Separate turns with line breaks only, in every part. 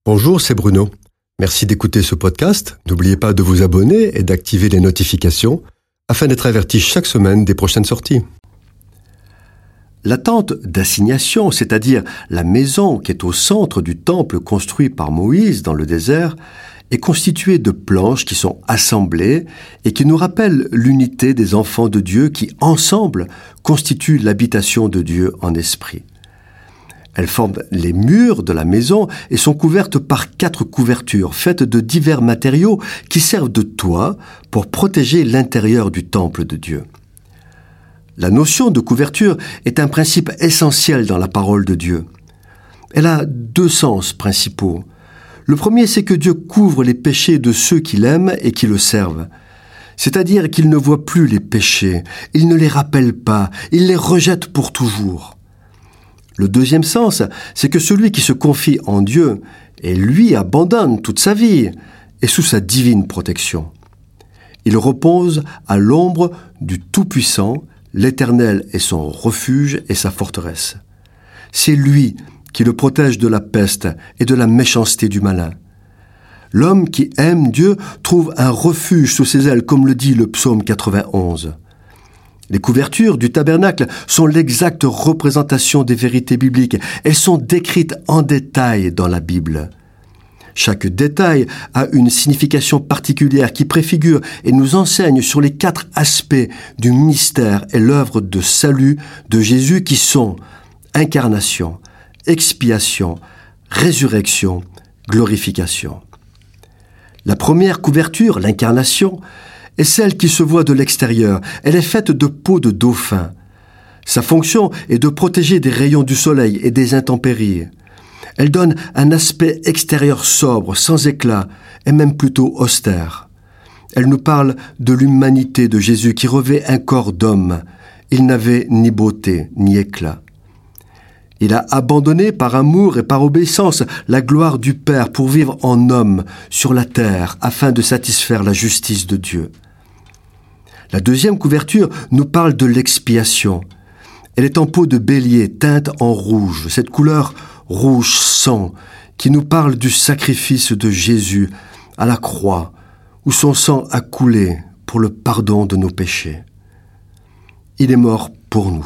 Bonjour, c'est Bruno. Merci d'écouter ce podcast. N'oubliez pas de vous abonner et d'activer les notifications afin d'être averti chaque semaine des prochaines sorties. La tente d'assignation, c'est-à-dire la maison qui est au centre du temple construit par Moïse dans le désert, est constituée de planches qui sont assemblées et qui nous rappellent l'unité des enfants de Dieu qui, ensemble, constituent l'habitation de Dieu en esprit. Elles forment les murs de la maison et sont couvertes par 4 couvertures faites de divers matériaux qui servent de toit pour protéger l'intérieur du temple de Dieu. La notion de couverture est un principe essentiel dans la parole de Dieu. Elle a 2 sens principaux. Le premier, c'est que Dieu couvre les péchés de ceux qui l'aiment et qui le servent. C'est-à-dire qu'il ne voit plus les péchés, il ne les rappelle pas, il les rejette pour toujours. Le deuxième sens, c'est que celui qui se confie en Dieu et lui abandonne toute sa vie est sous sa divine protection. Il repose à l'ombre du Tout-Puissant, l'Éternel est son refuge et sa forteresse. C'est lui qui le protège de la peste et de la méchanceté du malin. L'homme qui aime Dieu trouve un refuge sous ses ailes, comme le dit le psaume 91. Les couvertures du tabernacle sont l'exacte représentation des vérités bibliques. Elles sont décrites en détail dans la Bible. Chaque détail a une signification particulière qui préfigure et nous enseigne sur les 4 aspects du mystère et l'œuvre de salut de Jésus qui sont incarnation, expiation, résurrection, glorification. La première couverture, l'incarnation, est celle qui se voit de l'extérieur. Elle est faite de peau de dauphin. Sa fonction est de protéger des rayons du soleil et des intempéries. Elle donne un aspect extérieur sobre, sans éclat, et même plutôt austère. Elle nous parle de l'humanité de Jésus qui revêt un corps d'homme. Il n'avait ni beauté, ni éclat. Il a abandonné par amour et par obéissance la gloire du Père pour vivre en homme sur la terre afin de satisfaire la justice de Dieu. La deuxième couverture nous parle de l'expiation. Elle est en peau de bélier teinte en rouge, cette couleur rouge sang qui nous parle du sacrifice de Jésus à la croix où son sang a coulé pour le pardon de nos péchés. Il est mort pour nous.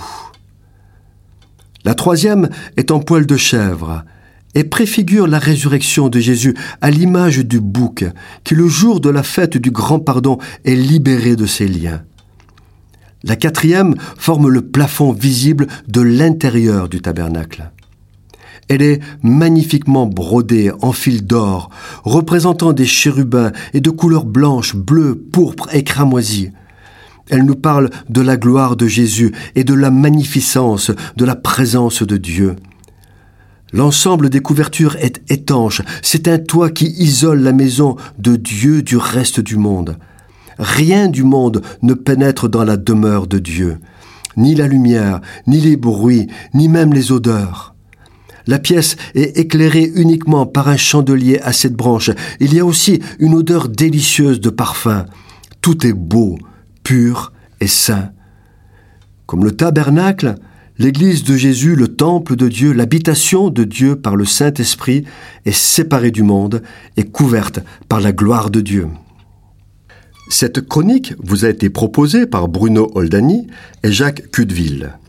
La troisième est en poil de chèvre et préfigure la résurrection de Jésus à l'image du bouc qui, le jour de la fête du grand pardon, est libéré de ses liens. La quatrième forme le plafond visible de l'intérieur du tabernacle. Elle est magnifiquement brodée en fil d'or, représentant des chérubins et de couleurs blanches, bleues, pourpres et cramoisies. Elle nous parle de la gloire de Jésus et de la magnificence de la présence de Dieu. L'ensemble des couvertures est étanche. C'est un toit qui isole la maison de Dieu du reste du monde. Rien du monde ne pénètre dans la demeure de Dieu. Ni la lumière, ni les bruits, ni même les odeurs. La pièce est éclairée uniquement par un chandelier à 7 branches. Il y a aussi une odeur délicieuse de parfum. Tout est beau, pur et saint. Comme le tabernacle, l'Église de Jésus, le temple de Dieu, l'habitation de Dieu par le Saint-Esprit, est séparée du monde et couverte par la gloire de Dieu. Cette chronique vous a été proposée par Bruno Oldani et Jacques Cudeville.